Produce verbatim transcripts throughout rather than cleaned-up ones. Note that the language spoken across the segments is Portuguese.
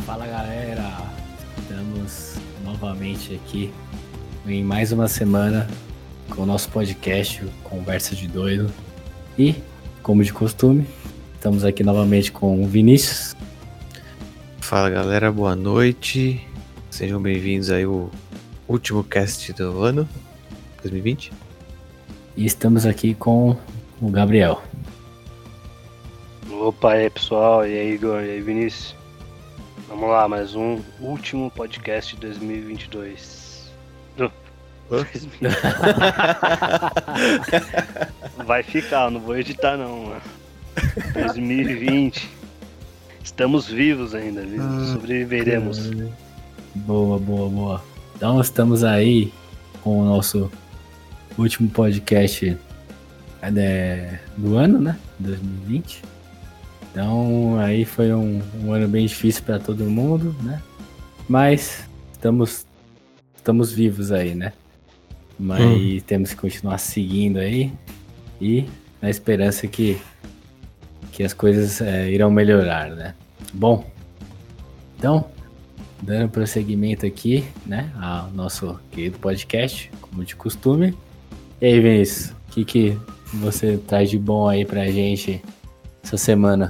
Fala galera, estamos novamente aqui em mais uma semana com o nosso podcast Conversa de Doido e, como de costume, estamos aqui novamente com o Vinícius. Fala galera, boa noite, sejam bem-vindos aí ao último cast do ano dois mil e vinte. E estamos aqui com o Gabriel. Opa, aí pessoal, e aí Igor, e aí Vinícius. Vamos lá, mais um último podcast de dois mil e vinte e dois. Não. Vai ficar, não vou editar não, mano. dois mil e vinte. Estamos vivos ainda, vivos. Sobreviveremos. Boa, boa, boa. Então estamos aí com o nosso último podcast é, do ano, né? dois mil e vinte. Então aí foi um, um ano bem difícil para todo mundo, né? Mas estamos, estamos vivos aí, né? Mas hum. temos que continuar seguindo aí e na esperança que, que as coisas é, irão melhorar, né? Bom, então, dando prosseguimento aqui, né? Ao nosso querido podcast, como de costume. E aí, Vinícius, o que, que você traz de bom aí pra gente essa semana?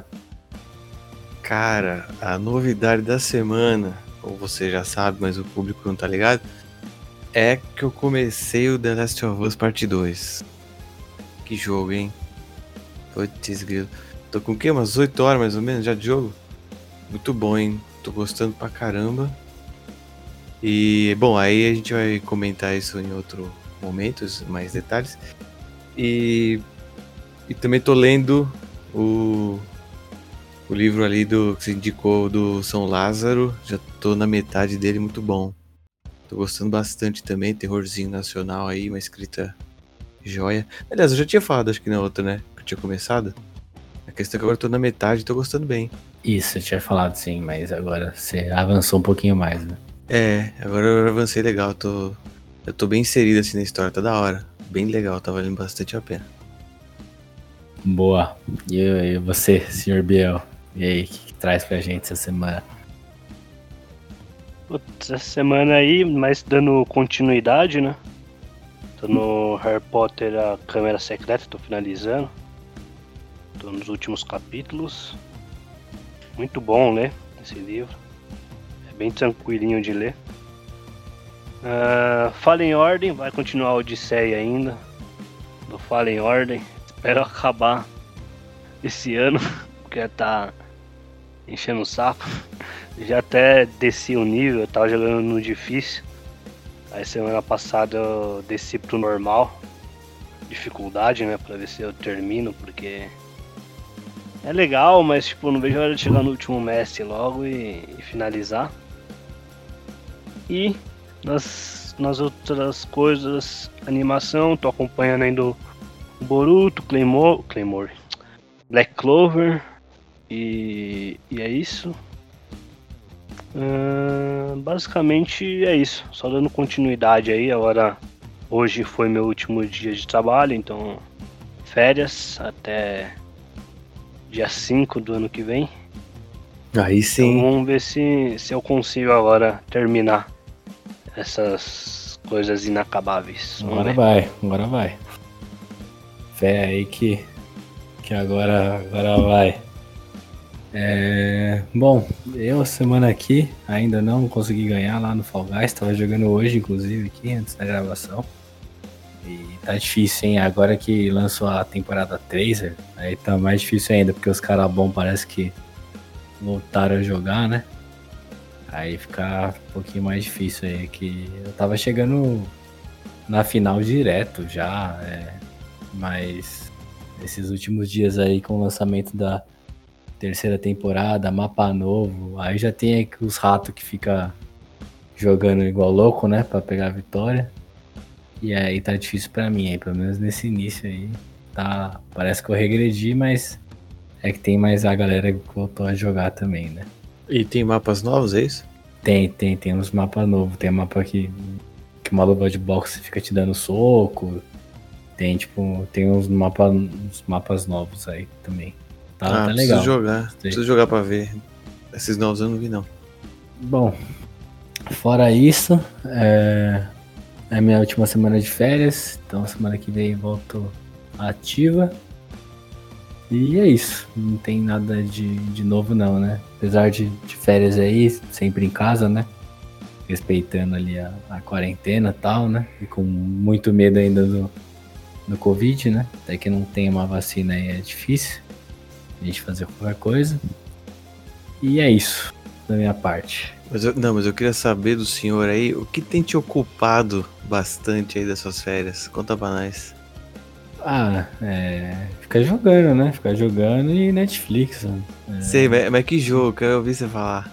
Cara, a novidade da semana, ou você já sabe, mas o público não tá ligado, é que eu comecei o The Last of Us Parte dois. Que jogo, hein? Putz, grilo. Tô com o quê? Umas oito horas mais ou menos já de jogo? Muito bom, hein? Tô gostando pra caramba. E, bom, aí a gente vai comentar isso em outro momento, mais detalhes. E, e também tô lendo o... O livro ali do que você indicou do São Lázaro, já tô na metade dele, muito bom. Tô gostando bastante também, terrorzinho nacional aí, uma escrita joia. Aliás, eu já tinha falado, acho que na outra, né? Que eu tinha começado. A questão é que agora eu tô na metade e tô gostando bem. Isso, eu tinha falado sim, mas agora você avançou um pouquinho mais, né? É, agora eu avancei legal, tô, eu tô bem inserido assim na história, tá da hora. Bem legal, tá valendo bastante a pena. Boa. E, e você, senhor Biel? E aí, o que, que traz pra gente essa semana? Putz, essa semana aí, mas dando continuidade, né? Tô no Harry Potter, a Câmara Secreta, tô finalizando. Tô nos últimos capítulos. Muito bom ler esse livro. É bem tranquilinho de ler. Uh, Fallen Ordem, vai continuar a Odisseia ainda. Do Fallen Ordem. Espero acabar esse ano, porque tá enchendo o saco. Já até desci o nível, eu tava jogando no difícil. Aí semana passada eu desci pro normal. Dificuldade, né, pra ver se eu termino, porque é legal, mas tipo, não vejo a hora de chegar no último mestre logo e, e finalizar. E nas, nas outras coisas, animação, tô acompanhando ainda o Boruto, Claymore, Claymore, Black Clover. E, e é isso. Uh, basicamente é isso. Só dando continuidade aí. Agora, hoje foi meu último dia de trabalho, então férias até dia cinco do ano que vem. Aí sim. Então, vamos ver se, se eu consigo agora terminar essas coisas inacabáveis. Agora vai, agora vai. Fé aí que, que agora, agora vai. É, bom, eu semana aqui ainda não consegui ganhar lá no Fall Guys, tava jogando hoje inclusive aqui antes da gravação e tá difícil, hein? Agora que lançou a temporada três, aí tá mais difícil ainda, porque os caras bons parece que voltaram a jogar, né? Aí fica um pouquinho mais difícil aí, que eu tava chegando na final direto já, é, mas esses últimos dias aí com o lançamento da terceira temporada, mapa novo, aí já tem os ratos que fica jogando igual louco, né, pra pegar a vitória. E aí tá difícil pra mim, aí, pelo menos nesse início aí, tá, parece que eu regredi, mas é que tem mais a galera que voltou a jogar também, né. E tem mapas novos, é isso? Tem, tem, tem uns mapas novos, tem mapa que, que uma luva de boxe fica te dando soco, tem tipo, tem uns, mapa, uns mapas novos aí também. Tá, ah, tá preciso legal. jogar, preciso jogar pra ver. Esses novos eu não vi não. Bom, fora isso, é, é a minha última semana de férias, então semana que vem volto ativa. E é isso, não tem nada de, de novo não, né? Apesar de, de férias aí, sempre em casa, né? Respeitando ali a, a quarentena e tal, né? E com muito medo ainda do, do Covid, né? Até que não tem uma vacina aí é difícil a gente fazer qualquer coisa. E é isso, da minha parte. Mas eu, não, mas eu queria saber do senhor aí, o que tem te ocupado bastante aí das suas férias? Conta pra nós. Ah, é. Ficar jogando, né? Ficar jogando e Netflix. Né? Sei, mas, mas que jogo? Quero ouvir você falar.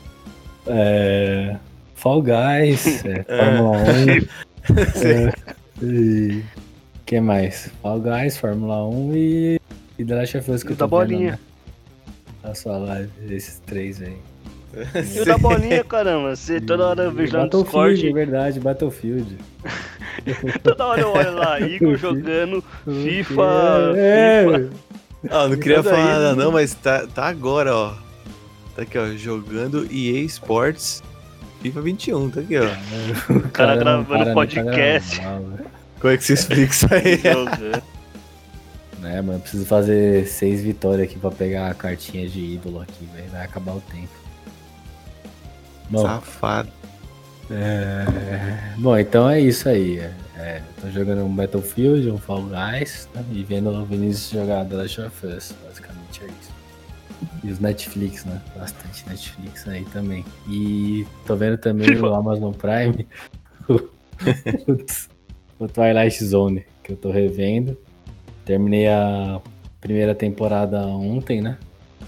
É. Fall Guys, é, Ah. Fórmula um. Sei. é, e. O que mais? Fall Guys, Fórmula um e. E The Last of Us que E eu o da tô vendo, bolinha. né? Na sua live, esses três aí. E o da bolinha, caramba. Você toda hora eu vejo lá no Battlefield, é Discord. verdade, Battlefield. Toda hora eu olho lá, Igor jogando FIFA. É, FIFA. Ah, não queria Joga falar aí, nada né? não, mas tá, tá agora, ó. Tá aqui, ó, jogando E A Sports FIFA vinte e um, tá aqui, ó. O cara não gravando para, não podcast. tá gravando, velho. Como é que você explica isso aí? Jogando. É, mano, eu preciso fazer seis vitórias aqui pra pegar a cartinha de ídolo aqui, velho. Vai acabar o tempo. Bom, Safado. é... Bom, então é isso aí. É, é, tô jogando um Battlefield, um Fall Guys, né, e vendo o Vinícius jogar The Last of Us. Basicamente é isso. E os Netflix, né? Bastante Netflix aí também. E tô vendo também FIFA. o Amazon Prime o, o Twilight Zone, que eu tô revendo. Terminei a primeira temporada ontem, né?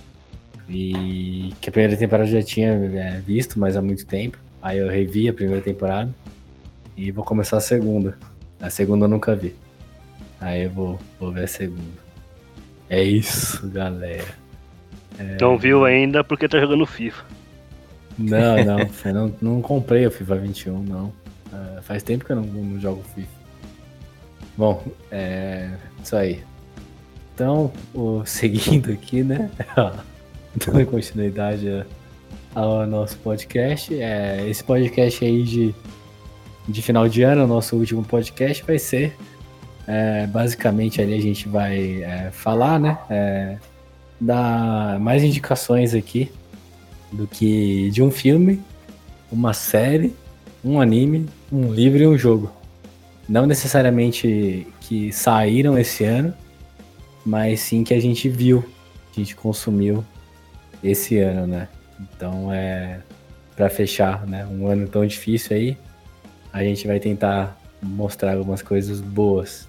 E que a primeira temporada eu já tinha é, visto, mas há muito tempo. Aí eu revi a primeira temporada e vou começar a segunda. A segunda eu nunca vi. Aí eu vou, vou ver a segunda. É isso, galera. Não viu ainda porque tá jogando FIFA. Não, não, eu não, não comprei o FIFA vinte e um, não. Uh, faz tempo que eu não, não jogo FIFA. Bom, é isso aí. Então, o, seguindo aqui, né? Dando continuidade ao nosso podcast. É, esse podcast aí de, de final de ano, o nosso último podcast, vai ser é, basicamente ali a gente vai é, falar, né? É, dar mais indicações aqui do que de um filme, uma série, um anime, um livro e um jogo. Não necessariamente que saíram esse ano, mas sim que a gente viu, que a gente consumiu esse ano, né? Então é para fechar, né? Um ano tão difícil aí, a gente vai tentar mostrar algumas coisas boas.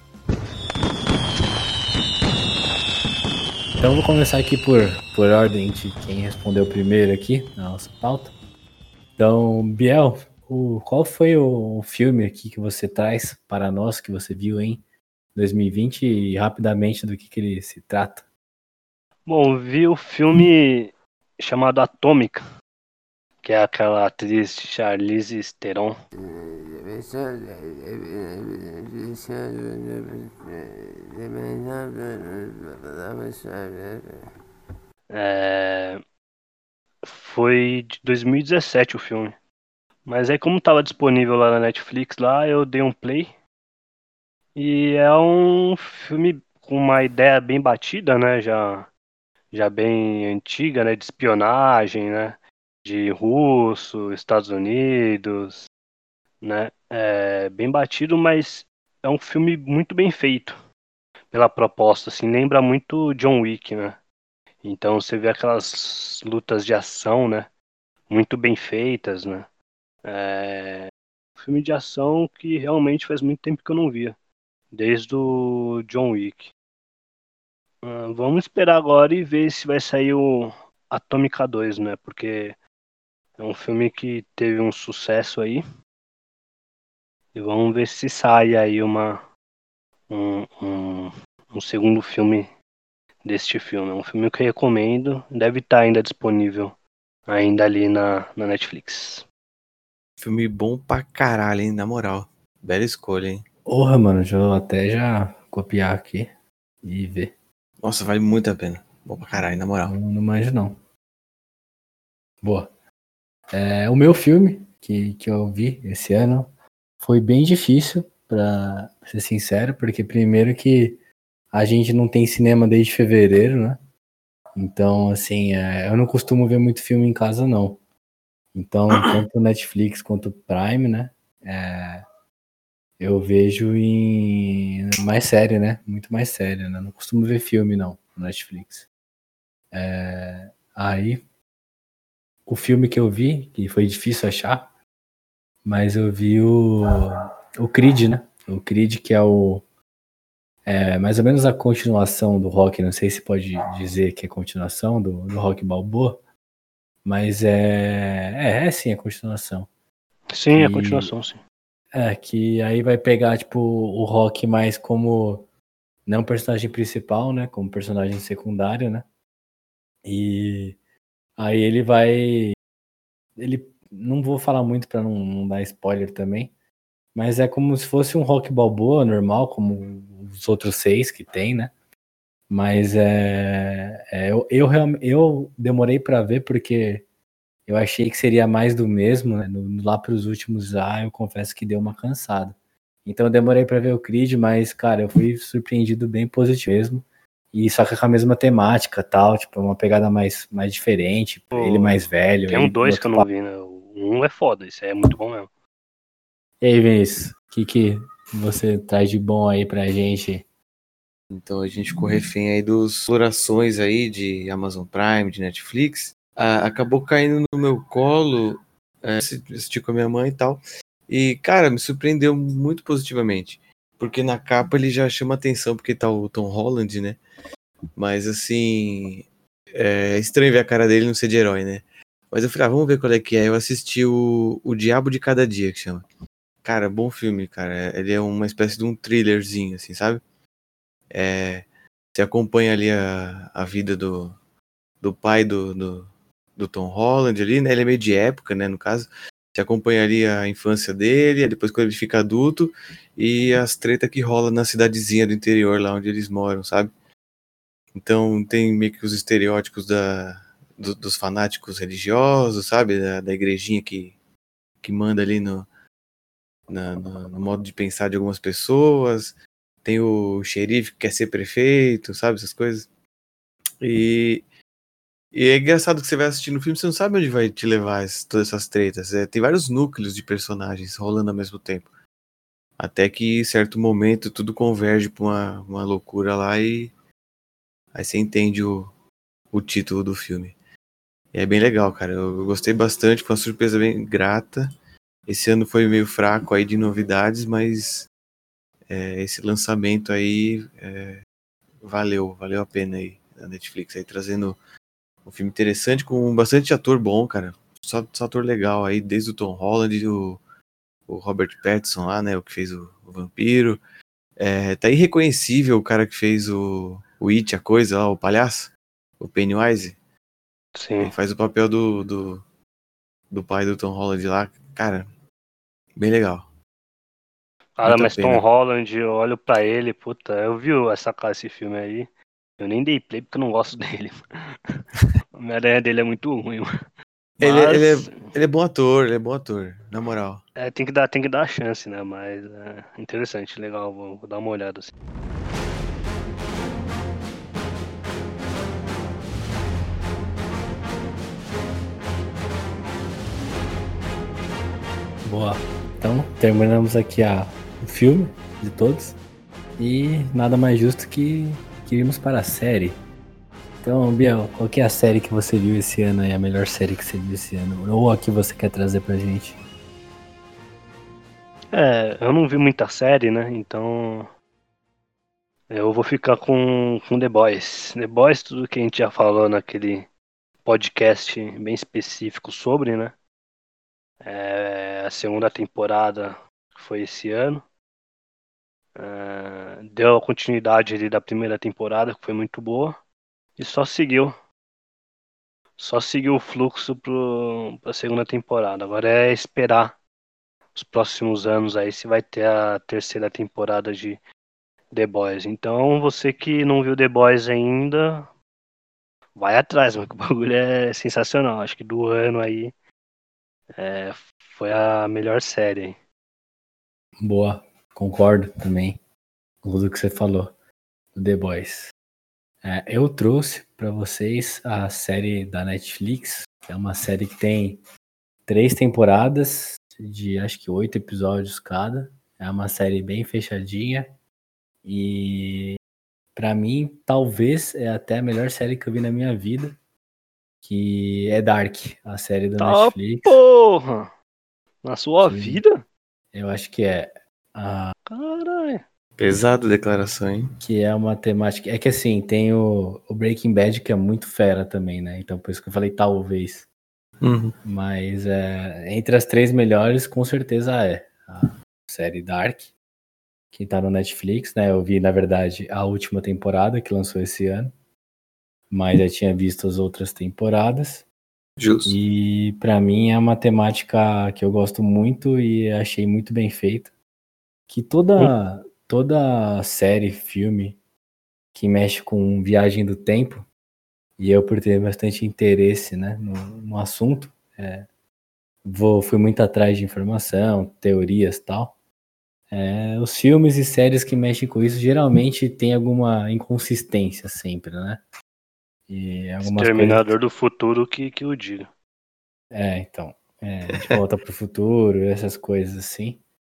Então vou começar aqui por, por ordem de quem respondeu primeiro aqui na nossa pauta. Então, Biel, o, qual foi o filme aqui que você traz para nós, que você viu em dois mil e vinte e rapidamente do que, que ele se trata? Bom, vi o filme chamado Atômica, que é aquela atriz Charlize Theron. É... Foi de dois mil e dezessete o filme. Mas aí como tava disponível lá na Netflix, lá eu dei um play. E é um filme com uma ideia bem batida, né? Já, já bem antiga, né? De espionagem, né? De russo, Estados Unidos, né? É bem batido, mas é um filme muito bem feito pela proposta, assim, lembra muito John Wick, né? Então você vê aquelas lutas de ação, né? Muito bem feitas, né? É um filme de ação que realmente faz muito tempo que eu não via, desde o John Wick. Ah, vamos esperar agora e ver se vai sair o Atômica dois, né? Porque é um filme que teve um sucesso aí. E vamos ver se sai aí uma, um, um, um segundo filme deste filme. É um filme que eu recomendo. Deve estar ainda disponível ainda ali na, na Netflix. Filme bom pra caralho, hein? Na moral. Bela escolha, hein? Porra, mano, deixa eu até já copiar aqui e ver. Nossa, vale muito a pena. Bom pra caralho, na moral. Não, não manjo, não. Boa. É, o meu filme que, que eu vi esse ano foi bem difícil, pra ser sincero, porque primeiro que a gente não tem cinema desde fevereiro, né? Então, assim, é, eu não costumo ver muito filme em casa, não. Então, tanto o Netflix quanto o Prime, né? É, eu vejo em mais série, né? Muito mais série, né? Não costumo ver filme, não, no Netflix. É, aí, o filme que eu vi, que foi difícil achar, mas eu vi o, o Creed, né? O Creed, que é o é mais ou menos a continuação do Rock, não sei se pode dizer que é continuação do, do Rock Balboa, mas é, é, é sim a continuação. Sim, é a Que, continuação, sim. é, que aí vai pegar, tipo, o Rock mais como, não personagem principal, né, como personagem secundário, né, e aí ele vai, ele, não vou falar muito pra não, não dar spoiler também, mas é como se fosse um Rock Balboa normal, como os outros seis que tem, né, mas é, é eu, eu, real- eu demorei pra ver porque eu achei que seria mais do mesmo, né? No- lá para os últimos já, eu confesso que deu uma cansada. Então eu demorei para ver o Creed, mas, cara, eu fui surpreendido bem positivo mesmo. E só que com a mesma temática, tal, tipo, uma pegada mais, mais diferente, ele Pô, mais velho, tem um ele dois que outro eu não papo. vi, né? O um é foda, isso aí é muito bom mesmo. E aí, Vinícius, o que que você traz de bom aí pra gente? Então a gente ficou refém aí dos explorações aí de Amazon Prime, de Netflix. Ah, acabou caindo no meu colo, é, assisti com a minha mãe e tal. E, cara, me surpreendeu muito positivamente. Porque na capa ele já chama atenção, porque tá o Tom Holland, né? Mas assim, é estranho ver a cara dele não ser de herói, né? Mas eu falei, ah, vamos ver qual é que é. Eu assisti o, o Diabo de Cada Dia, que chama. Cara, bom filme, cara. Ele é uma espécie de um thrillerzinho, assim, sabe? É, você acompanha ali a, a vida do, do pai do, do, do Tom Holland ali, né? Ele é meio de época, né, no caso. Você acompanha ali a infância dele, aí depois quando ele fica adulto, e as tretas que rola na cidadezinha do interior, lá onde eles moram, sabe? Então tem meio que os estereótipos da, do- dos fanáticos religiosos, sabe? Da, da igrejinha que, que manda ali no, na- no, no modo de pensar de algumas pessoas. Tem o xerife que quer ser prefeito, sabe? Essas coisas. E, e é engraçado que você vai assistindo o filme, você não sabe onde vai te levar esse- todas essas tretas. É, tem vários núcleos de personagens rolando ao mesmo tempo. Até que, em certo momento, tudo converge pra uma, uma loucura lá e aí você entende o, o título do filme. E é bem legal, cara. Eu gostei bastante, foi uma surpresa bem grata. Esse ano foi meio fraco aí de novidades, mas é, esse lançamento aí é, valeu, valeu a pena aí na Netflix aí, trazendo um filme interessante com bastante ator bom, cara. Só, só ator legal aí, desde o Tom Holland, o, o Robert Pattinson lá, né, o que fez o, o Vampiro. É, tá irreconhecível o cara que fez o, o It, a coisa lá, o palhaço, o Pennywise. Sim. Ele faz o papel do, do, do pai do Tom Holland lá. Cara, bem legal. Cara, Muito a mas Tom pena. Holland, eu olho pra ele, puta, eu vi essa cara, esse filme aí. Eu nem dei play porque eu não gosto dele. A Homem-Aranha dele é muito ruim, mano. Ele, é- ele, Mas é, ele é bom ator, ele é bom ator, na moral. é, tem que dar, tem que dar a chance, né? Mas é interessante, legal, vou, vou dar uma olhada assim. Boa. Então, terminamos aqui a, o filme de todos. E nada mais justo que, que irmos para a série. Então, Biel, qual que é a série que você viu esse ano e a melhor série que você viu esse ano? Ou a que você quer trazer pra gente? É, eu não vi muita série, né? Então eu vou ficar com, com The Boys. The Boys, tudo que a gente já falou naquele podcast bem específico sobre, né? É, a segunda temporada que foi esse ano. É, deu a continuidade ali da primeira temporada, que foi muito boa. E só seguiu. Só seguiu o fluxo pro, pra segunda temporada. Agora é esperar os próximos anos aí se vai ter a terceira temporada de The Boys. Então, você que não viu The Boys ainda, vai atrás, mano, que o bagulho é sensacional. Acho que do ano aí é, foi a melhor série. Hein? Boa, concordo também com tudo que você falou do The Boys. É, eu trouxe para vocês a série da Netflix, que é uma série que tem três temporadas de acho que oito episódios cada. É uma série bem fechadinha e para mim talvez é até a melhor série que eu vi na minha vida, que é Dark, a série da Tá Netflix. porra! Na sua Que vida? eu acho que é a Caralho. Pesada a declaração, hein? que é uma temática. É que assim, tem o, o Breaking Bad, que é muito fera também, né? Então por isso que eu falei talvez. Uhum. Mas é, entre as três melhores, com certeza é a série Dark, que tá no Netflix, né? Eu vi, na verdade, a última temporada que lançou esse ano, mas já tinha visto as outras temporadas. Justo. E pra mim é uma temática que eu gosto muito e achei muito bem feita. Que toda, toda série, filme que mexe com viagem do tempo, e eu por ter bastante interesse, né, no, no assunto, é, vou, fui muito atrás de informação, teorias e tal. É, os filmes e séries que mexem com isso geralmente tem alguma inconsistência sempre, né? E algumas coisas. Exterminador do futuro que, que eu digo. É, então. É, a gente volta pro futuro, essas coisas assim.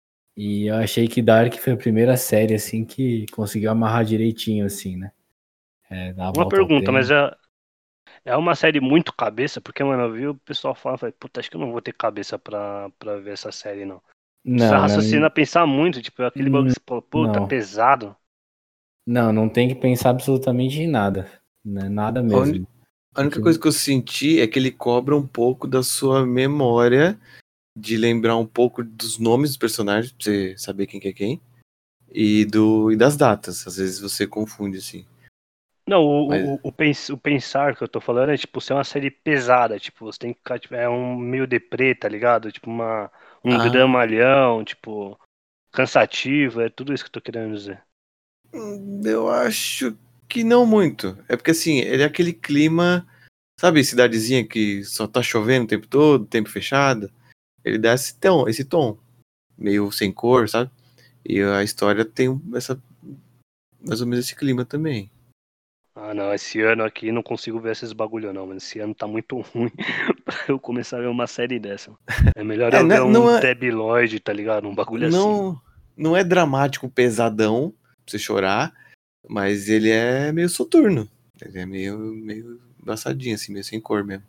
E eu achei que Dark foi a primeira série, assim, que conseguiu amarrar direitinho, assim, né? É, dar a Uma volta ao pergunta, mas tempo. é, é uma série muito cabeça, porque, mano, eu vi o pessoal falar, falei, puta, acho que eu não vou ter cabeça pra, pra ver essa série, não. Precisa Não, raciocinar, não, pensar muito, tipo, aquele bagulho que você falou, puta, não. pesado. Não, não tem que pensar absolutamente em nada. Né? Nada A, uni- mesmo. a única Porque, coisa que eu senti é que ele cobra um pouco da sua memória, de lembrar um pouco dos nomes dos personagens, pra você saber quem que é quem, e, do, e das datas. Às vezes você confunde, assim. Não, o, Mas, o, o, pens, o pensar que eu tô falando é, tipo, ser uma série pesada, tipo, você tem que ficar, tipo, é um meio deprê, tá ligado? Tipo, uma, um ah, dramalhão, tipo, cansativo, é tudo isso que eu tô querendo dizer. hum, eu acho que não muito. É porque, assim, ele é aquele clima, sabe, cidadezinha que só tá chovendo o tempo todo, tempo fechado. Ele dá esse tom, esse tom, meio sem cor, sabe? E a história tem essa, mais ou menos esse clima também. Ah, não, esse ano aqui não consigo ver esses bagulho não, mas esse ano tá muito ruim pra eu começar a ver uma série dessa. É melhor É, eu ver né, um não é, Debi Lloyd, tá ligado? Um bagulho assim. não, não é dramático, pesadão, pra você chorar, mas ele é meio soturno. Ele é meio, meio embaçadinho, assim, meio sem cor mesmo.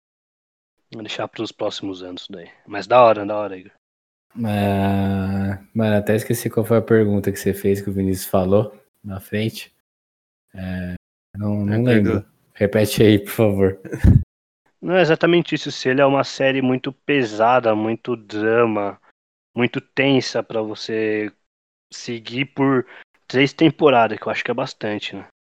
Vou deixar pros próximos anos daí. Mas da hora, da hora, Igor. ah, mano, até esqueci qual foi a pergunta que você fez, que o Vinícius falou na frente. É, não, É, não perdoa. lembro. Repete aí, por favor. Não é exatamente isso, se ele é uma série muito pesada, muito drama, muito tensa pra você seguir por três temporadas, que eu acho que é bastante, né?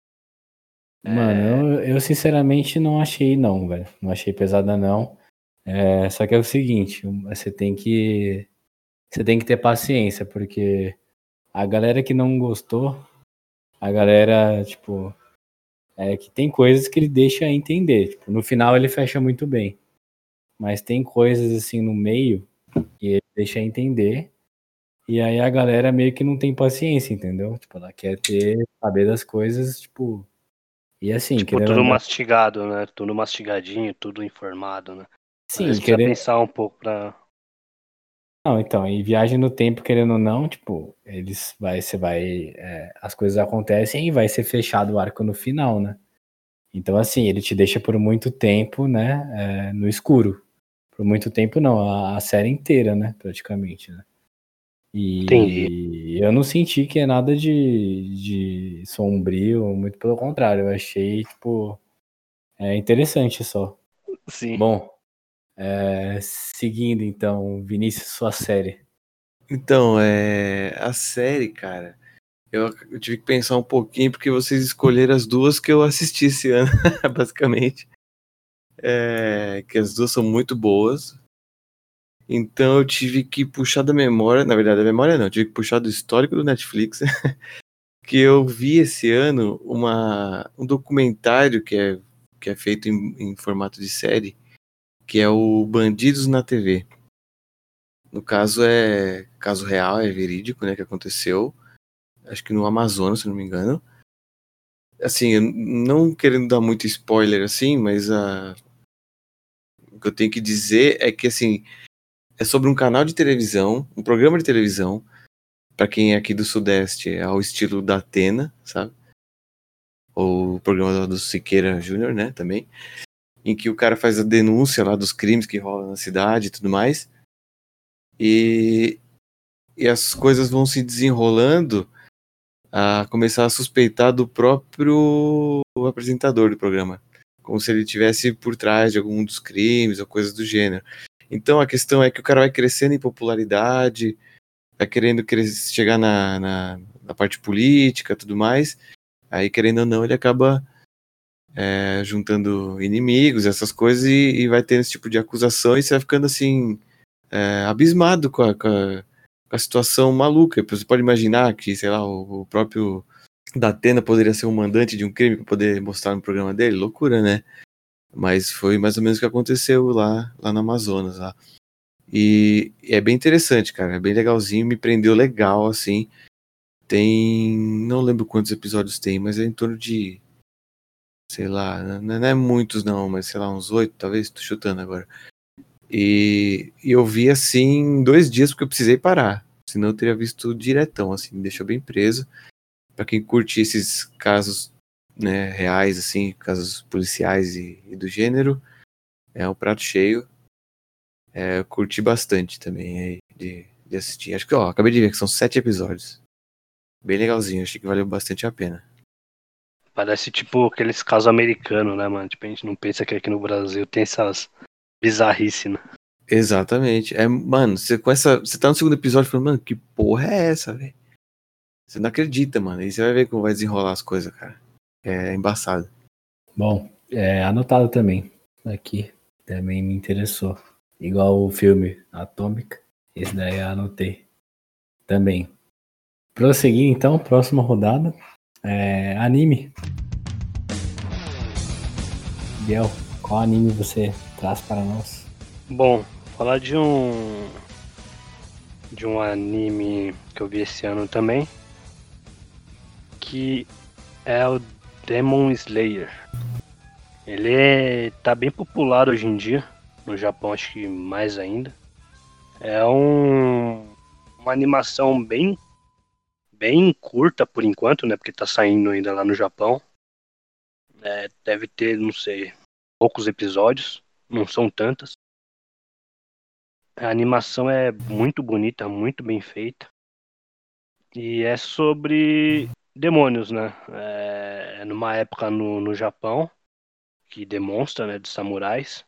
Mano, eu, eu sinceramente não achei não, velho. Não achei pesada não. É, só que é o seguinte, você tem que você tem que ter paciência, porque a galera que não gostou, a galera, tipo, é que tem coisas que ele deixa entender. Tipo, no final ele fecha muito bem. Mas tem coisas assim no meio que ele deixa entender. E aí a galera meio que não tem paciência, entendeu? Tipo, ela quer ter, saber das coisas, tipo. E assim, Tipo, querendo ou tudo não. mastigado, né? Tudo mastigadinho, tudo informado, né? Às Sim, vezes precisa querendo. pensar um pouco pra. Não, então, e viagem no tempo, querendo ou não, tipo, eles vai, você vai. É, as coisas acontecem e vai ser fechado o arco no final, né? Então, assim, ele te deixa por muito tempo, né? É, no escuro. Por muito tempo não, a, a série inteira, né? Praticamente, né? Entendi. E eu não senti que é nada de, de sombrio, muito pelo contrário, eu achei, tipo, é interessante só. Sim. Bom, é, seguindo então, Vinícius, sua série. Então, é, a série, cara, eu, eu tive que pensar um pouquinho porque vocês escolheram as duas que eu assisti esse ano, basicamente. É, que as duas são muito boas. Então eu tive que puxar da memória, na verdade, da memória não, eu tive que puxar do histórico do Netflix, que eu vi esse ano uma, um documentário que é, que é feito em, em formato de série, que é o Bandidos na T V. No caso é caso real, é verídico, né, que aconteceu. Acho que no Amazonas, se não me engano. Assim, eu não querendo dar muito spoiler assim, mas a... o que eu tenho que dizer é que, assim, é sobre um canal de televisão, um programa de televisão, pra quem é aqui do Sudeste, é ao estilo da Atena, sabe? Ou o programa do Siqueira Júnior, né, também. Em que o cara faz a denúncia lá dos crimes que rolam na cidade e tudo mais. E, e as coisas vão se desenrolando a começar a suspeitar do próprio apresentador do programa, como se ele estivesse por trás de algum dos crimes ou coisas do gênero. Então a questão é que o cara vai crescendo em popularidade, vai querendo cres- chegar na, na, na parte política e tudo mais, aí querendo ou não ele acaba é, juntando inimigos, essas coisas, e, e vai tendo esse tipo de acusação e você vai ficando assim, é, abismado com a, com a a situação maluca. Você pode imaginar que, sei lá, o, o próprio Datena poderia ser um mandante de um crime para poder mostrar no programa dele? Loucura, né? Mas foi mais ou menos o que aconteceu lá, lá no Amazonas. Lá. E, e é bem interessante, cara. É bem legalzinho, me prendeu legal, assim. Tem... não lembro quantos episódios tem, mas é em torno de... sei lá, não, não é muitos não, mas sei lá, uns oito, talvez, tô chutando agora. E, e eu vi assim em dois dias porque eu precisei parar. Senão eu teria visto diretão, assim, me deixou bem preso. Pra quem curte esses casos, né, reais, assim, casos policiais e, e do gênero, é um prato cheio. É, eu curti bastante também aí, de, de assistir. Acho que, ó, acabei de ver que são sete episódios. Bem legalzinho, achei que valeu bastante a pena. Parece tipo aqueles casos americanos, né, mano? Tipo, a gente não pensa que aqui no Brasil tem essas bizarrices, né? Exatamente. É, mano, você com essa, você tá no segundo episódio falando, mano, que porra é essa, velho? Você não acredita, mano. Aí você vai ver como vai desenrolar as coisas, cara. É embaçado. Bom, é anotado também. Aqui também me interessou. Igual o filme Atômica. Esse daí eu anotei também. Prosseguir então, próxima rodada. É, anime. Biel, qual anime você traz para nós? Bom, falar de um de um anime que eu vi esse ano também, que é o Demon Slayer. Ele é, tá bem popular hoje em dia, no Japão acho que mais ainda. É um, uma animação bem bem curta por enquanto, né? Porque tá saindo ainda lá no Japão. É, deve ter, não sei, poucos episódios, não são tantas. A animação é muito bonita, muito bem feita. E é sobre demônios, né? É, é numa época no, no Japão que demonstra, né, de samurais.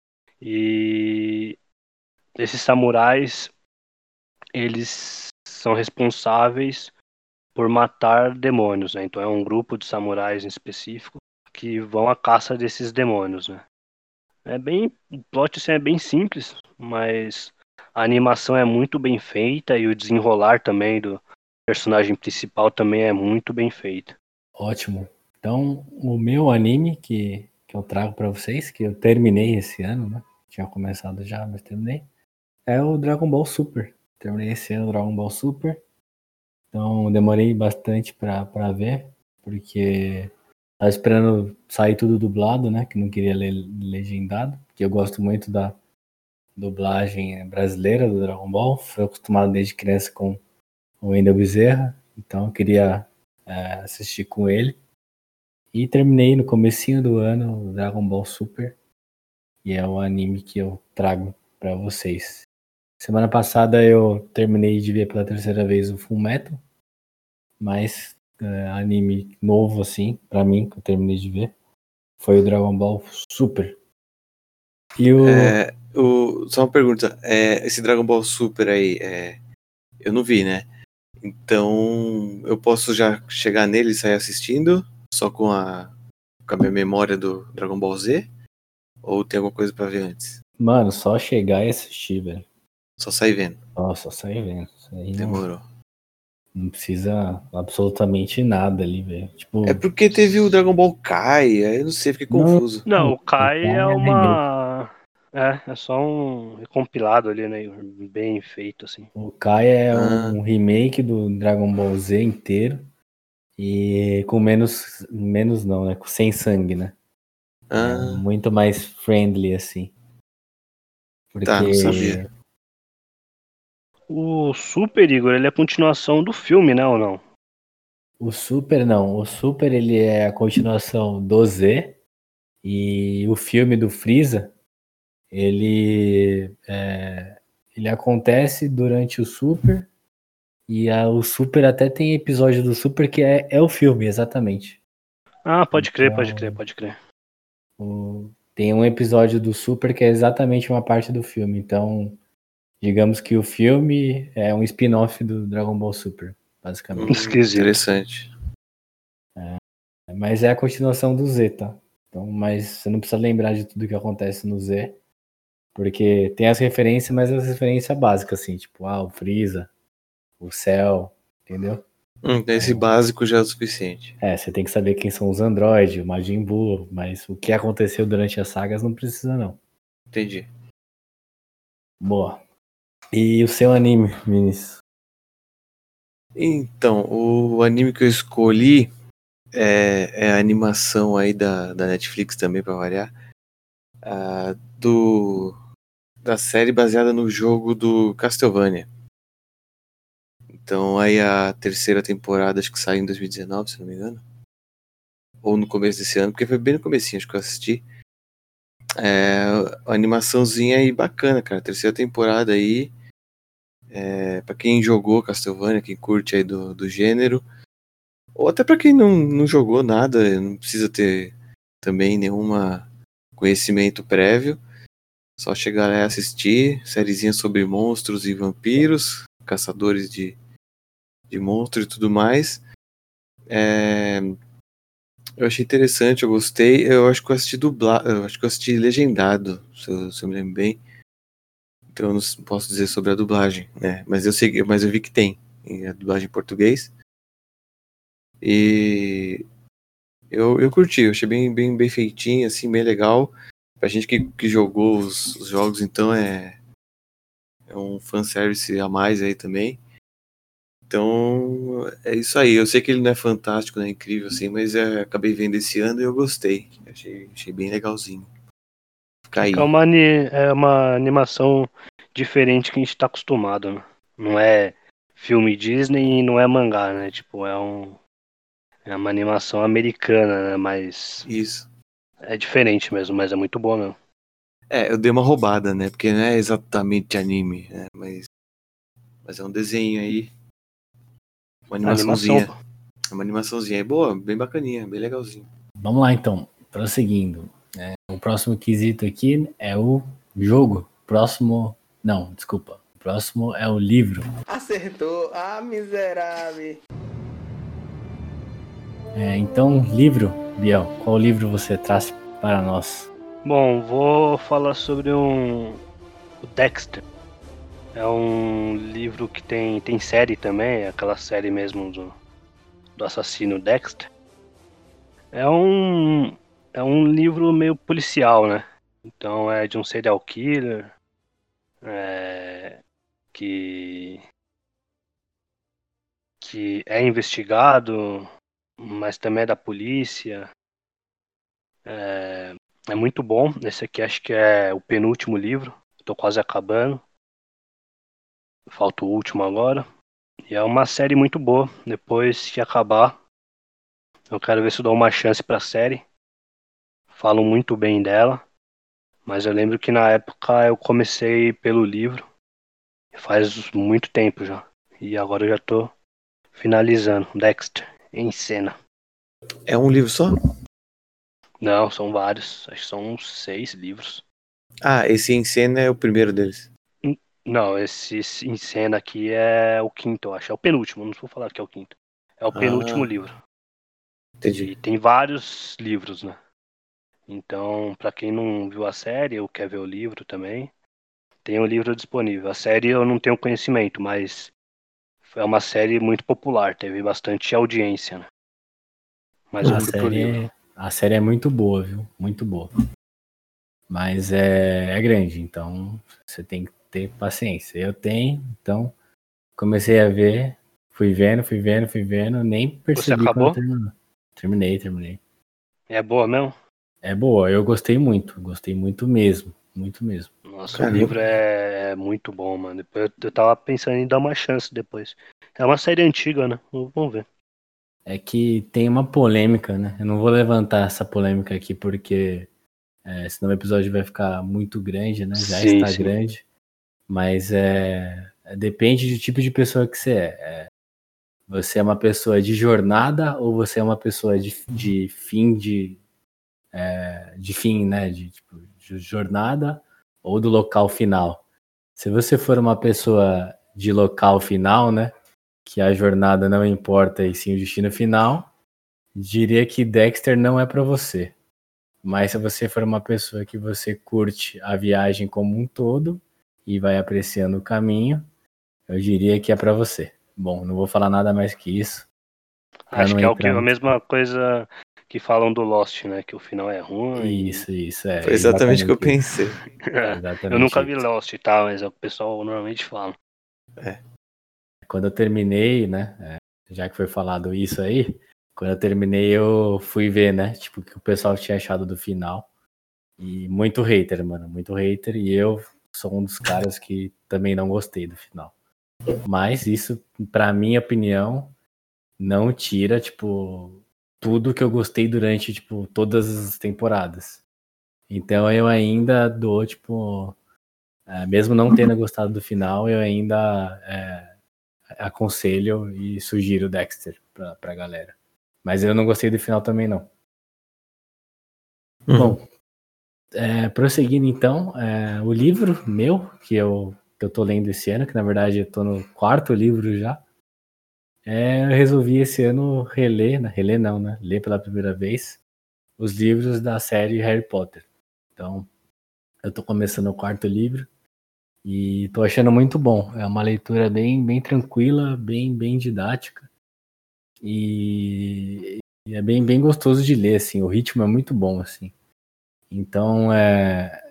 E esses samurais, eles são responsáveis por matar demônios, né? Então é um grupo de samurais em específico que vão à caça desses demônios, né? É bem, o plot assim, é bem simples, mas a animação é muito bem feita e o desenrolar também do personagem principal também é muito bem feito. Ótimo. Então, o meu anime que, que eu trago para vocês, que eu terminei esse ano, né? Tinha começado já, mas terminei. É o Dragon Ball Super. Terminei esse ano o Dragon Ball Super. Então, demorei bastante pra, pra ver, porque tava esperando sair tudo dublado, né? Que não queria ler legendado, porque eu gosto muito da dublagem brasileira do Dragon Ball. Fui acostumado desde criança com o Wendel Bezerra, então eu queria é, assistir com ele. E terminei no comecinho do ano o Dragon Ball Super, e é o anime que eu trago pra vocês. Semana passada eu terminei de ver pela terceira vez o Full Metal, mas é, anime novo assim, pra mim, que eu terminei de ver, foi o Dragon Ball Super. E o... É, o, só uma pergunta. É, esse Dragon Ball Super aí, é, eu não vi, né? Então, eu posso já chegar nele e sair assistindo? Só com a, com a minha memória do Dragon Ball Z? Ou tem alguma coisa pra ver antes? Mano, só chegar e assistir, velho. Só sair vendo. Nossa, só sair vendo. Isso aí não, Demorou. não precisa absolutamente nada ali, velho. Tipo, É porque teve o Dragon Ball Kai, aí eu não sei, fiquei Não. confuso. Não, o Kai é remake. uma É, é só um compilado ali, né? Bem feito, assim. O Kai é Ah. um remake do Dragon Ball Z inteiro. E com menos. Menos não, né? Com sem sangue, né? É Ah, muito mais friendly, assim. tá, não Porque sabia. O Super Igor, ele é a continuação do filme, né, ou não? o Super não. O Super ele é a continuação do Z. E o filme do Freeza, ele, é, ele acontece durante o Super. E a- o Super até tem episódio do Super que é, é o filme, exatamente. Ah, pode crer, pode crer, Então, pode crer. o- tem um episódio do Super que é exatamente uma parte do filme. Então, digamos que o filme é um spin-off do Dragon Ball Super, basicamente. Hum, Esquisito. interessante. Mas é a continuação do Z, tá? Então, mas você não precisa lembrar de tudo que acontece no Z, porque tem as referências, mas as referências básicas, assim, tipo, ah, o Freeza, o Cell, entendeu? Hum, esse básico já é o suficiente. É, você tem que saber quem são os androides, o Majin Buu, mas o que aconteceu durante as sagas não precisa, não. Entendi. Boa. E o seu anime, Vinícius? Então, o anime que eu escolhi é, é a animação aí da, da Netflix também, pra variar. Ah, do, da série baseada no jogo do Castlevania. Então, aí a terceira temporada, acho que saiu em dois mil e dezenove, se não me engano. Ou no começo desse ano, porque foi bem no comecinho, acho que eu assisti. É, a animaçãozinha aí bacana, cara. Terceira temporada aí. É, pra quem jogou Castlevania, quem curte aí do, do gênero. Ou até pra quem não, não jogou nada, não precisa ter também nenhuma conhecimento prévio. Só chegar lá e assistir. Sériezinha sobre monstros e vampiros, caçadores de, de monstros e tudo mais. É, eu achei interessante, eu gostei. Eu acho que eu assisti dublado, eu acho que eu assisti legendado, se eu, se eu me lembro bem. Então eu não posso dizer sobre a dublagem, né? Mas eu sei, mas eu vi que tem a dublagem em português. E eu, eu curti, eu achei bem, bem, bem feitinho, assim, bem legal. Pra gente que, que jogou os, os jogos, então é, é um fanservice a mais aí também. Então é isso aí. Eu sei que ele não é fantástico, não é incrível, assim, mas é, acabei vendo esse ano e eu gostei. Achei, achei bem legalzinho. Fica É que é aí. uma, ani- é uma animação diferente que a gente tá acostumado, né? Não é filme Disney e não é mangá, né? Tipo, é um, é uma animação americana, né? Mas Isso. é diferente mesmo, mas é muito boa mesmo. É, eu dei uma roubada, né? Porque não é exatamente anime, né? Mas, mas é um desenho aí. Uma A animação, animaçãozinha. pô. É uma animaçãozinha. É boa, bem bacaninha, bem legalzinho. Vamos lá, então. Prosseguindo. É, o próximo quesito aqui é o jogo. Próximo. Não, desculpa. O próximo é o livro. Acertou. Ah, miserável. É, então, livro, Biel, qual livro você traz para nós? Bom, vou falar sobre um. O Dexter. É um livro que tem, tem série também, é aquela série mesmo do, do assassino Dexter. É um. É um livro meio policial, né? Então é de um serial killer. É, que. Que é investigado, mas também é da polícia. É, é muito bom. Esse aqui acho que é o penúltimo livro. Tô quase acabando. Falta o último agora. E é uma série muito boa. Depois que acabar, eu quero ver se eu dou uma chance pra série. Falam muito bem dela. Mas eu lembro que na época eu comecei pelo livro. Faz muito tempo já. E agora eu já tô finalizando. Dexter, em cena. É um livro só? Não, são vários. Acho que são uns seis livros. Ah, esse em cena é o primeiro deles. Hum, Não, esse em cena aqui é o quinto, eu acho. É o penúltimo, não vou falar que é o quinto. É o penúltimo Ah, livro. entendi. E tem vários livros, né? Então, pra quem não viu a série ou quer ver o livro também, tem o livro disponível. A série eu não tenho conhecimento, mas é uma série muito popular, teve bastante audiência, né? Mas eu A fui pro livro. série, a série é muito boa, viu? Muito boa. Mas é, é grande, então você tem que ter paciência. Eu tenho, então comecei a ver, fui vendo, fui vendo, fui vendo, nem Você percebi quando acabou? terminou. Terminei, terminei. É boa mesmo? É boa, eu gostei muito, gostei muito mesmo, muito mesmo. Nossa, o Caramba. livro é, é muito bom, mano. Depois eu, eu tava pensando em dar uma chance depois. É uma série antiga, né? Vamos ver. É que tem uma polêmica, né? Eu não vou levantar essa polêmica aqui porque é, senão o episódio vai ficar muito grande, né? Já Sim, está sim. grande, mas é, é- depende do tipo de pessoa que você é. É, Você é uma pessoa de jornada ou você é uma pessoa de, de fim de, é, de fim, né? De, tipo, de jornada ou do local final. Se você for uma pessoa de local final, né? Que a jornada não importa e sim o destino final, diria que Dexter não é para você. Mas se você for uma pessoa que você curte a viagem como um todo e vai apreciando o caminho, eu diria que é para você. Bom, não vou falar nada mais que isso, para Acho não que é o que, entrar a muito. mesma coisa que falam do Lost, né? Que o final é ruim. Isso, isso, é Foi exatamente o que eu exatamente isso. pensei. É Eu nunca exatamente vi isso. Lost e tal, mas é o que o pessoal normalmente fala. É. Quando eu terminei, né, é, já que foi falado isso aí, quando eu terminei eu fui ver, né, tipo, o que o pessoal tinha achado do final. E muito hater, mano, muito hater. E eu sou um dos caras que também não gostei do final. Mas isso, pra minha opinião, não tira, tipo, tudo que eu gostei durante, tipo, todas as temporadas. Então eu ainda dou, tipo, é, mesmo não tendo gostado do final, eu ainda é, aconselho e sugiro Dexter pra, pra galera. Mas eu não gostei do final também, não. Uhum. Bom, é, prosseguindo então, é, o livro meu, que eu, que eu tô lendo esse ano, que na verdade eu tô no quarto livro já, é, eu resolvi esse ano reler, né, reler não, né? Ler pela primeira vez os livros da série Harry Potter. Então, eu tô começando o quarto livro e tô achando muito bom. É uma leitura bem, bem tranquila, bem, bem didática e, e é bem, bem gostoso de ler, assim. O ritmo é muito bom, assim. Então, é,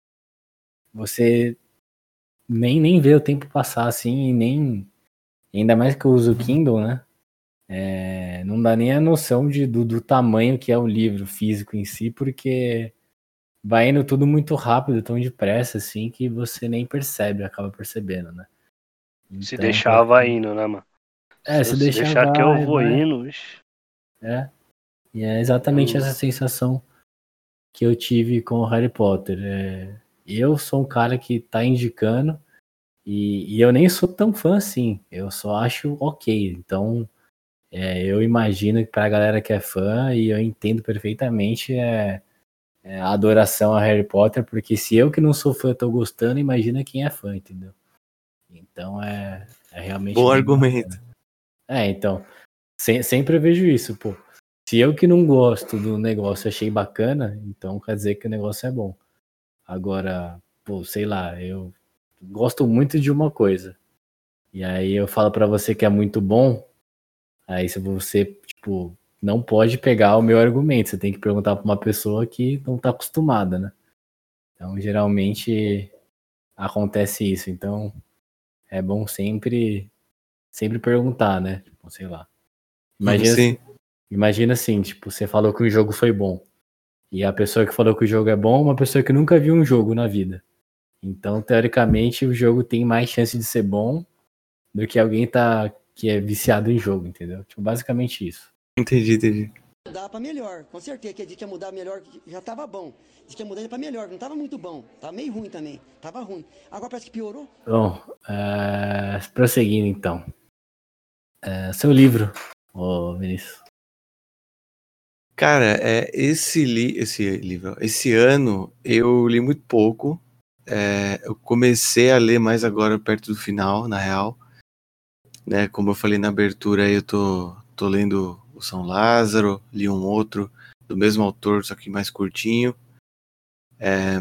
você nem, nem vê o tempo passar, assim, e nem... Ainda mais que eu uso o Kindle, né? É, não dá nem a noção de, do, do tamanho que é o livro físico em si, porque vai indo tudo muito rápido, tão depressa, assim, que você nem percebe, acaba percebendo, né? Se Então, pra... deixar, vai indo, né, mano? é, Se eu se se deixar, deixar que eu vai, vou vai. indo, vixi. É, e é exatamente Eu- essa sensação que eu tive com o Harry Potter. É, eu sou um cara que tá indicando, e, e eu nem sou tão fã assim, eu só acho ok. Então, é, eu imagino que pra galera que é fã, e eu entendo perfeitamente, é, é a adoração a Harry Potter, porque se eu que não sou fã tô gostando, imagina quem é fã, entendeu? Então é, é realmente Bom bem argumento. bacana. É, então, se- sempre eu vejo isso, pô. Se eu que não gosto do negócio achei bacana, então quer dizer que o negócio é bom. Agora, pô, sei lá, eu gosto muito de uma coisa. E aí eu falo pra você que é muito bom, aí se você, tipo, não pode pegar o meu argumento, você tem que perguntar pra uma pessoa que não tá acostumada, né? Então, geralmente acontece isso. Então, é bom sempre sempre perguntar, né? Tipo, sei lá. Uhum, Imagina, sim. imagina assim, tipo, você falou que o jogo foi bom. E a pessoa que falou que o jogo é bom é uma pessoa que nunca viu um jogo na vida. Então, teoricamente, o jogo tem mais chance de ser bom do que alguém tá, que é viciado em jogo, entendeu? Tipo, basicamente isso. Entendi, entendi. Mudar pra melhor, com certeza. Que a gente ia mudar melhor, já tava bom. Diz que ia mudar pra melhor, não tava muito bom. Tava meio ruim também. Tava ruim. Agora parece que piorou. Bom, é, prosseguindo então. É, seu livro, ô Vinícius. Cara, é, esse, li, esse livro, esse ano eu li muito pouco. É, eu comecei a ler mais agora perto do final, na real. Né, como eu falei na abertura, eu tô, tô lendo o São Lázaro, li um outro do mesmo autor, só que mais curtinho. É,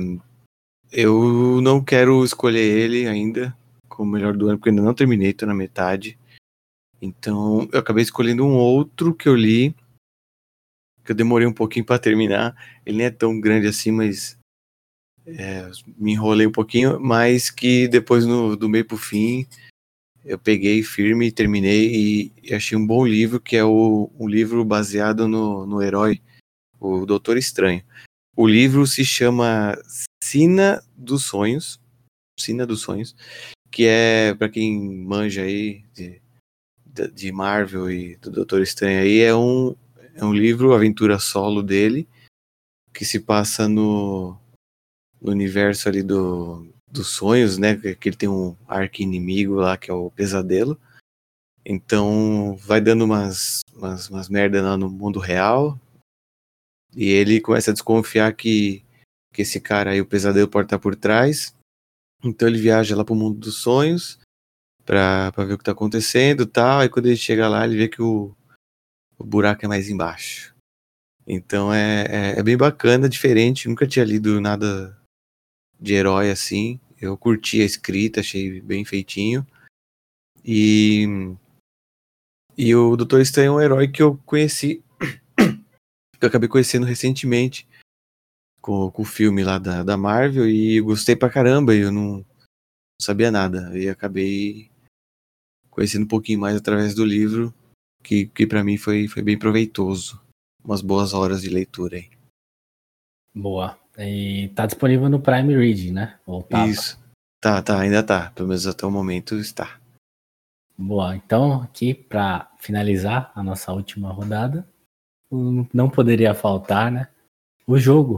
eu não quero escolher ele ainda como o melhor do ano, porque eu ainda não terminei, tô na metade. Então eu acabei escolhendo um outro que eu li, que eu demorei um pouquinho para terminar. Ele nem é tão grande assim, mas é, me enrolei um pouquinho, mas que depois no, do meio pro fim eu peguei firme e terminei e, e achei um bom livro, que é o, um livro baseado no, no herói, o Doutor Estranho. O livro se chama Sina dos Sonhos, Sina dos Sonhos, que é, pra quem manja aí de, de Marvel e do Doutor Estranho aí, é um, é um livro, aventura solo dele, que se passa no, no universo ali do, dos sonhos, né, que ele tem um arqui-inimigo lá, que é o Pesadelo. Então vai dando umas, umas, umas merda lá no mundo real, e ele começa a desconfiar que, que esse cara aí, o Pesadelo, pode estar por trás. Então ele viaja lá pro mundo dos sonhos pra, pra ver o que tá acontecendo e tal. Aí quando ele chega lá, ele vê que o, o buraco é mais embaixo. Então é, é, é bem bacana, diferente. Nunca tinha lido nada de herói assim. Eu curti a escrita, achei bem feitinho. E, e o Doutor Estranho é um herói que eu conheci, que eu acabei conhecendo recentemente com, com o filme lá da, da Marvel, e gostei pra caramba. Eu não sabia nada. E acabei conhecendo um pouquinho mais através do livro, que, que para mim foi, foi bem proveitoso. Umas boas horas de leitura aí. Boa. E tá disponível no Prime Reading, né? Ou tava? Isso. Tá, tá, ainda tá. Pelo menos até o momento está. Boa. Então, aqui para finalizar a nossa última rodada, não poderia faltar, né? O jogo.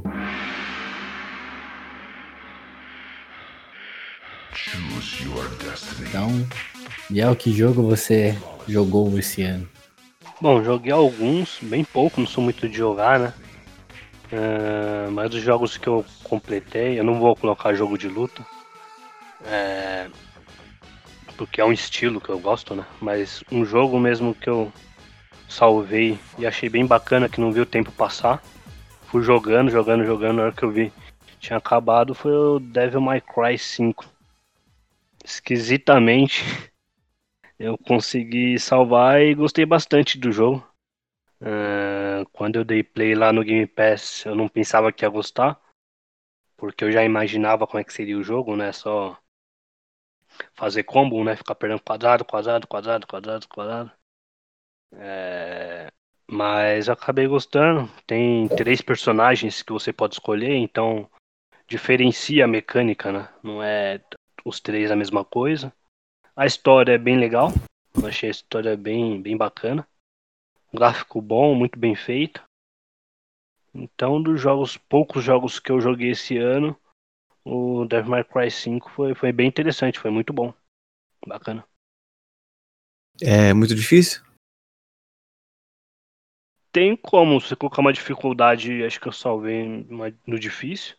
Então, Biel, que jogo você jogou esse ano? Bom, joguei alguns, bem pouco, não sou muito de jogar, né? Uh, mas os jogos que eu completei, eu não vou colocar jogo de luta, é, porque é um estilo que eu gosto, né? Mas um jogo mesmo que eu salvei e achei bem bacana, que não vi o tempo passar, fui jogando, jogando, jogando, na hora que eu vi tinha acabado, foi o Devil May Cry cinco. Esquisitamente eu consegui salvar e gostei bastante do jogo. Uh, quando eu dei play lá no Game Pass, eu não pensava que ia gostar, porque eu já imaginava como é que seria o jogo, né? Só fazer combo, né? Ficar perdendo quadrado, quadrado, quadrado, quadrado, quadrado. É... Mas eu acabei gostando. Tem três personagens que você pode escolher, então diferencia a mecânica, né? Não é os três a mesma coisa. A história é bem legal. Eu achei a história bem, bem bacana. Gráfico bom, muito bem feito. Então, dos jogos, poucos jogos que eu joguei esse ano, o Devil May Cry cinco foi, foi bem interessante, foi muito bom. Bacana. É muito difícil? Tem como você colocar uma dificuldade, acho que eu salvei uma, no difícil.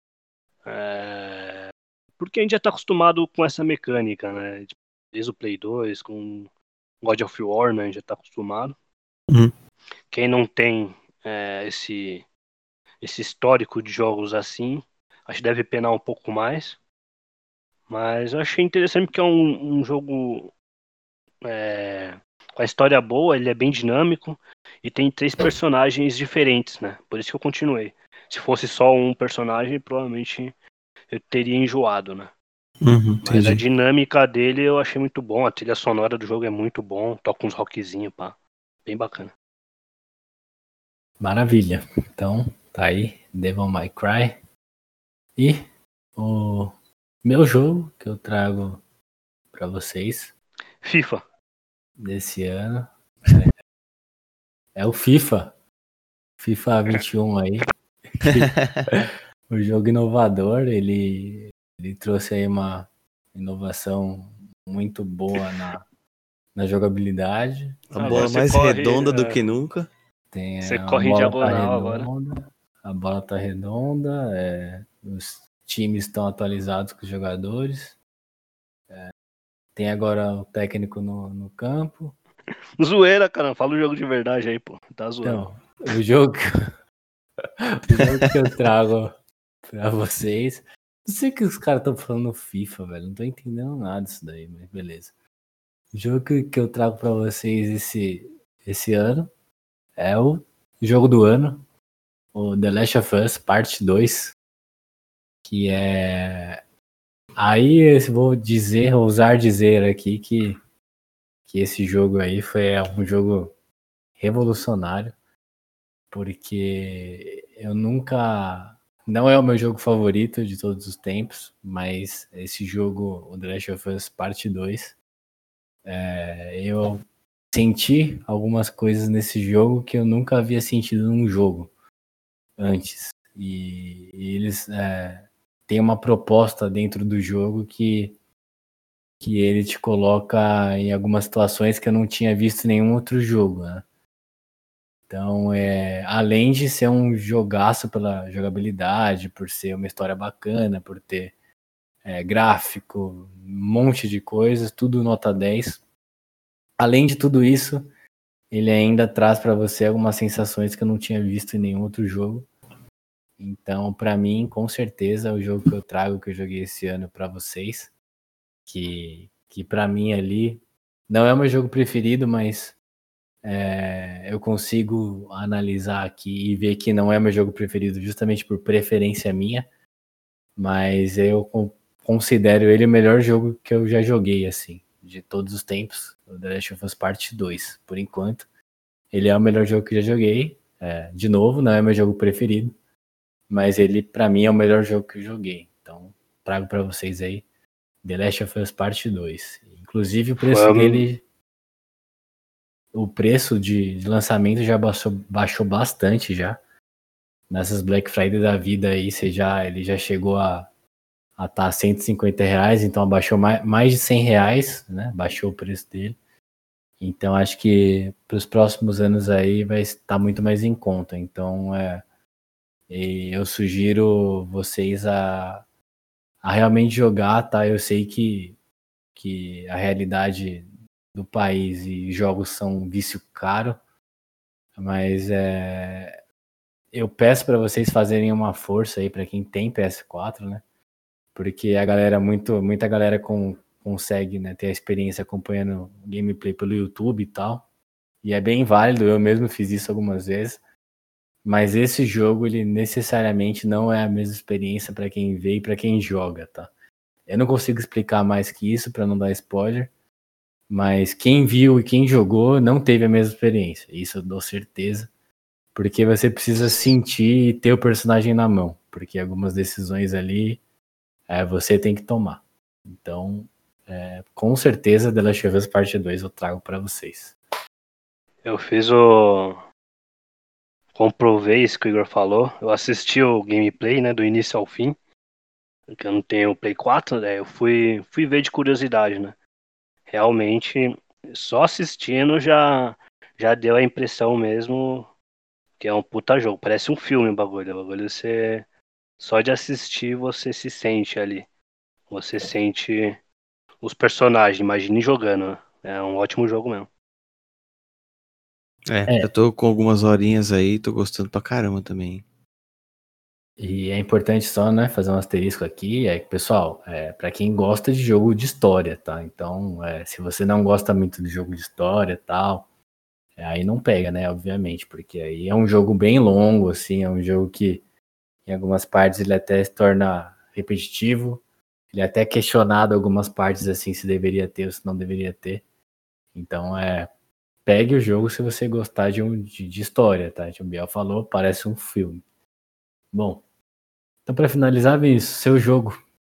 É... Porque a gente já tá acostumado com essa mecânica, né? Desde o Play dois, com God of War, né? A gente já tá acostumado. Uhum. Quem não tem é, esse, esse histórico de jogos assim, acho que deve penar um pouco mais. Mas eu achei interessante porque é um, um jogo é, com a história boa, ele é bem dinâmico e tem três personagens diferentes, né? Por isso que eu continuei. Se fosse só um personagem, provavelmente eu teria enjoado, né? Uhum, Mas a entendi. dinâmica dele eu achei muito bom, a trilha sonora do jogo é muito bom, toca uns rockzinhos, pá. Bem bacana. Maravilha. Então, tá aí, Devil May Cry. E o meu jogo que eu trago pra vocês FIFA. desse ano é, é o FIFA. FIFA vinte e um aí. O jogo inovador, ele, ele trouxe aí uma inovação muito boa na, na jogabilidade. A Agora bola você mais corre, redonda do é, que nunca. Tem você a corre em bola tá diagonal agora. redonda, a bola tá redonda, é, os times estão atualizados com os jogadores. É, tem agora o técnico no, no campo. Zoeira, cara. Fala o jogo de verdade aí, pô. Tá zoando. Então, o jogo, o jogo que eu trago pra vocês. Não sei o que os caras estão falando FIFA, velho. Não tô entendendo nada disso daí, mas beleza. O jogo que, que eu trago pra vocês esse, esse ano é o jogo do ano, o The Last of Us Parte dois. que é... Aí eu vou dizer, ousar dizer aqui que, que esse jogo aí foi um jogo revolucionário, porque eu nunca... Não é o meu jogo favorito de todos os tempos, mas esse jogo, o The Last of Us Parte dois, é, eu senti algumas coisas nesse jogo que eu nunca havia sentido num jogo antes. E, e eles é, têm uma proposta dentro do jogo que, que ele te coloca em algumas situações que eu não tinha visto em nenhum outro jogo, né? Então, é, além de ser um jogaço pela jogabilidade, por ser uma história bacana, por ter é, gráfico, um monte de coisas, tudo nota dez. Além de tudo isso, ele ainda traz para você algumas sensações que eu não tinha visto em nenhum outro jogo. Então, para mim, com certeza, é o jogo que eu trago, que eu joguei esse ano para vocês, que, que para mim ali, não é o meu jogo preferido, mas é, eu consigo analisar aqui e ver que não é meu jogo preferido justamente por preferência minha, mas eu considero ele o melhor jogo que eu já joguei, assim, de todos os tempos, o The Last of Us Parte dois, por enquanto. Ele é o melhor jogo que eu já joguei, é, de novo, não é meu jogo preferido, mas ele, pra mim, é o melhor jogo que eu joguei. Então, trago pra vocês aí The Last of Us Parte dois. Inclusive, o preço Foi, dele... O preço de, de lançamento já baixou, baixou bastante já. Nessas Black Friday da vida aí, você já, ele já chegou a a estar a cento e cinquenta reais, então abaixou mais, mais de cem reais, né? Baixou o preço dele. Então acho que para os próximos anos aí vai estar muito mais em conta. Então é, eu sugiro vocês a, a realmente jogar, tá? Eu sei que, que a realidade do país e jogos são um vício caro, mas é, eu peço para vocês fazerem uma força aí para quem tem P S quatro, né? Porque a galera, muito, muita galera com, consegue, né, ter a experiência acompanhando gameplay pelo YouTube e tal. E é bem válido, eu mesmo fiz isso algumas vezes. Mas esse jogo, ele necessariamente não é a mesma experiência para quem vê e para quem joga, tá? Eu não consigo explicar mais que isso para não dar spoiler. Mas quem viu e quem jogou não teve a mesma experiência. Isso eu dou certeza. Porque você precisa sentir e ter o personagem na mão. Porque algumas decisões ali... É, você tem que tomar. Então, é, com certeza, The Last of Us Parte dois eu trago para vocês. Eu fiz o... Comprovei isso que o Igor falou. Eu assisti o gameplay, né, do início ao fim. Porque eu não tenho o Play quatro, né? Eu fui, fui ver de curiosidade, né? Realmente, só assistindo já, já deu a impressão mesmo que é um puta jogo. Parece um filme o bagulho. O bagulho você... Só de assistir você se sente ali. Você sente os personagens, imagine jogando, né? É um ótimo jogo mesmo. É, É. eu tô com algumas horinhas aí, tô gostando pra caramba também. E é importante só, né, fazer um asterisco aqui, é que, pessoal, é, para quem gosta de jogo de história, tá? Então, é, se você não gosta muito de jogo de história e tal, é, aí não pega, né, obviamente, porque aí é um jogo bem longo, assim, é um jogo que em algumas partes ele até se torna repetitivo, ele é até questionado algumas partes, assim, se deveria ter ou se não deveria ter. Então, é, pegue o jogo se você gostar de, um, de, de história, tá? O Biel falou, parece um filme. Bom, então para finalizar, Vinícius, seu jogo.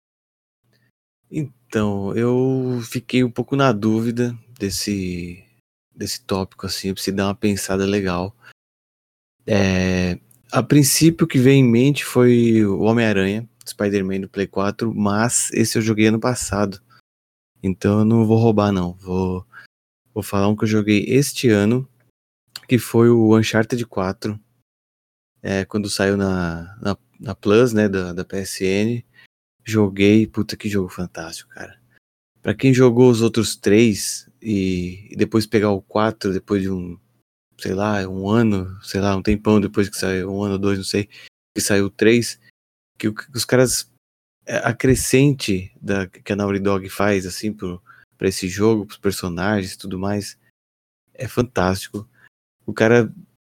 Então, eu fiquei um pouco na dúvida desse, desse tópico, assim, eu preciso dar uma pensada legal. É, a princípio o que veio em mente foi o Homem-Aranha, Spider-Man do Play quatro, mas esse eu joguei ano passado. Então eu não vou roubar não, vou, vou falar um que eu joguei este ano, que foi o Uncharted quatro, é, quando saiu na, na, na Plus, né, da, da P S N, joguei, puta que jogo fantástico, cara. Pra quem jogou os outros três e, e depois pegar o quatro, depois de um, sei lá, um ano, sei lá, um tempão depois que saiu, um ano, dois, não sei, que saiu o três, que, o, que os caras, a crescente da, que a Naughty Dog faz, assim, pro, pra esse jogo, pros personagens e tudo mais, é fantástico. O cara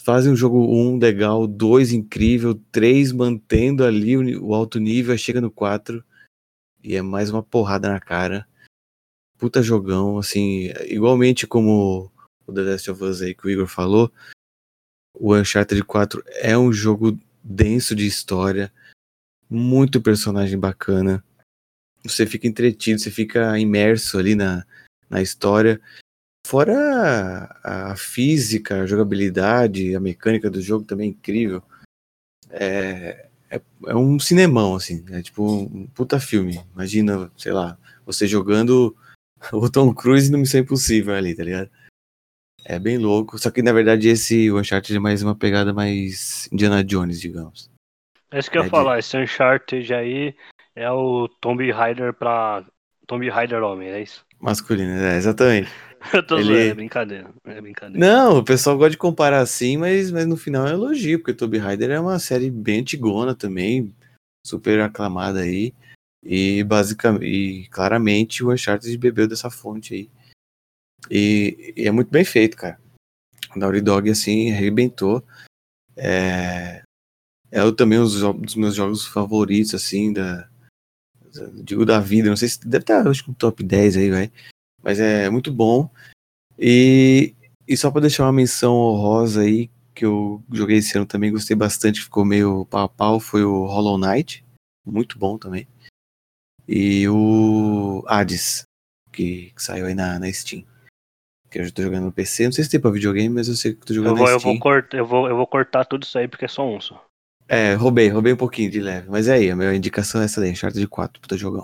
fazem um jogo um legal, dois incrível, três mantendo ali o, o alto nível, aí chega no quatro e é mais uma porrada na cara. Puta jogão, assim, igualmente como o The Last of Us aí que o Igor falou, o Uncharted quatro é um jogo denso de história, muito personagem bacana, você fica entretido, você fica imerso ali na, na história, fora a, a física, a jogabilidade, a mecânica do jogo também é incrível, é, é, é um cinemão, assim, é tipo um puta filme, imagina, sei lá, você jogando o Tom Cruise no Missão Impossível ali, tá ligado? É bem louco, só que na verdade esse Uncharted é mais uma pegada mais Indiana Jones, digamos. É isso que eu É ia de- falar, esse Uncharted aí é o Tomb Raider pra... Tomb Raider homem, é isso? Masculino, é, exatamente. Eu tô zoando, é Ele... brincadeira, é brincadeira. Não, o pessoal gosta de comparar assim, mas, mas no final é elogio, porque Tomb Raider é uma série bem antigona também, super aclamada aí, e basicamente, e claramente o Uncharted bebeu dessa fonte aí. E, e é muito bem feito, cara. A Naughty Dog, assim, arrebentou. É, é eu também um dos, jo- dos meus jogos favoritos, assim, da, da- digo da vida, não sei se deve estar, acho que no top dez aí, vai. Mas é muito bom. E, e só pra deixar uma menção honrosa aí, que eu joguei esse ano também, gostei bastante, ficou meio pau a pau, foi o Hollow Knight, muito bom também. E o Hades, que, que saiu aí na, na Steam. Que eu já tô jogando no P C, não sei se tem pra videogame, mas eu sei que tô Eu jogando vou, na eu vou Steam. cortar, eu vou, eu vou cortar tudo isso aí porque é só um só. É, roubei, roubei um pouquinho de leve. Mas é aí, a minha indicação é essa daí, Uncharted quatro, puta jogão.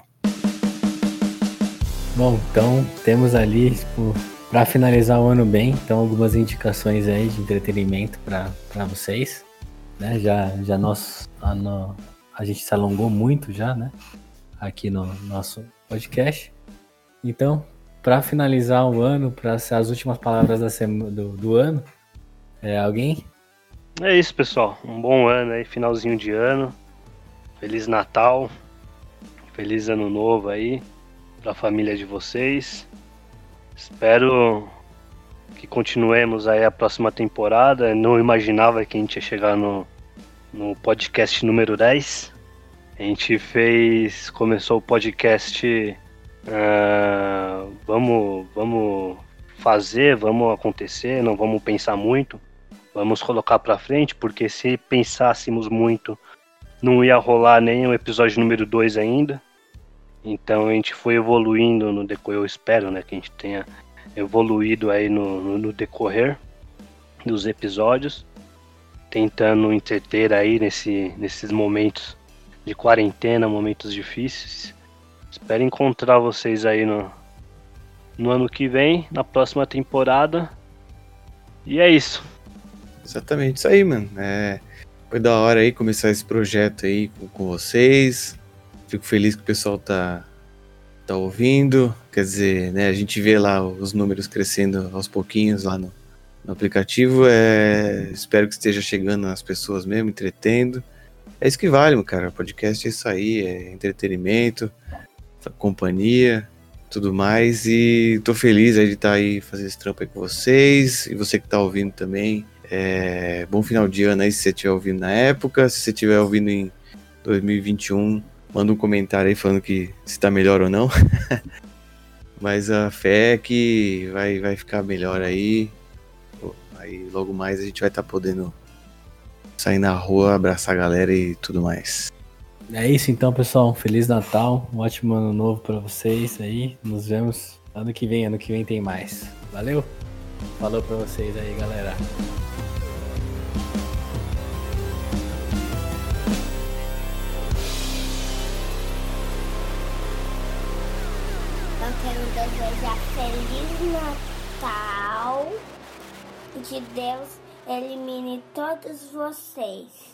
Bom, então temos ali, tipo, para finalizar o ano bem, então algumas indicações aí de entretenimento para vocês, né? Já, já nós, a, no, a gente se alongou muito já, né? Aqui no nosso podcast. Então, para finalizar o ano, para ser as últimas palavras da sema, do, do ano, é alguém? É isso, pessoal. Um bom ano aí, finalzinho de ano. Feliz Natal. Feliz Ano Novo aí pra família de vocês. Espero que continuemos aí a próxima temporada. Não imaginava que a gente ia chegar no, no podcast número dez. A gente fez, começou o podcast uh, vamos, vamos fazer, vamos acontecer, não vamos pensar muito. Vamos colocar pra frente, porque se pensássemos muito, não ia rolar nem o episódio número dois ainda. Então a gente foi evoluindo no decorrer, eu espero, né, que a gente tenha evoluído aí no, no, no decorrer dos episódios, tentando entreter aí nesse, nesses momentos de quarentena, momentos difíceis. Espero encontrar vocês aí no, no ano que vem, na próxima temporada. E é isso. Exatamente, isso aí, mano. É, foi da hora aí começar esse projeto aí com, com vocês. Fico feliz que o pessoal tá, tá ouvindo. Quer dizer, né, a gente vê lá os números crescendo aos pouquinhos lá no, no aplicativo. É, espero que esteja chegando nas pessoas mesmo, entretendo. É isso que vale, meu cara. Podcast é isso aí, é entretenimento, companhia, tudo mais. E tô feliz aí de estar aí fazendo esse trampo aí com vocês. E você que tá ouvindo também. É, bom final de ano aí se você estiver ouvindo na época. Se você estiver ouvindo em dois mil e vinte e um, manda um comentário aí falando que se tá melhor ou não. Mas a fé é que vai, vai ficar melhor aí. Aí logo mais a gente vai estar tá podendo sair na rua, abraçar a galera e tudo mais. É isso então, pessoal. Feliz Natal, um ótimo ano novo pra vocês aí. Nos vemos ano que vem, ano que vem tem mais. Valeu? Falou pra vocês aí, galera. Eu quero desejar Feliz Natal e que Deus elimine todos vocês.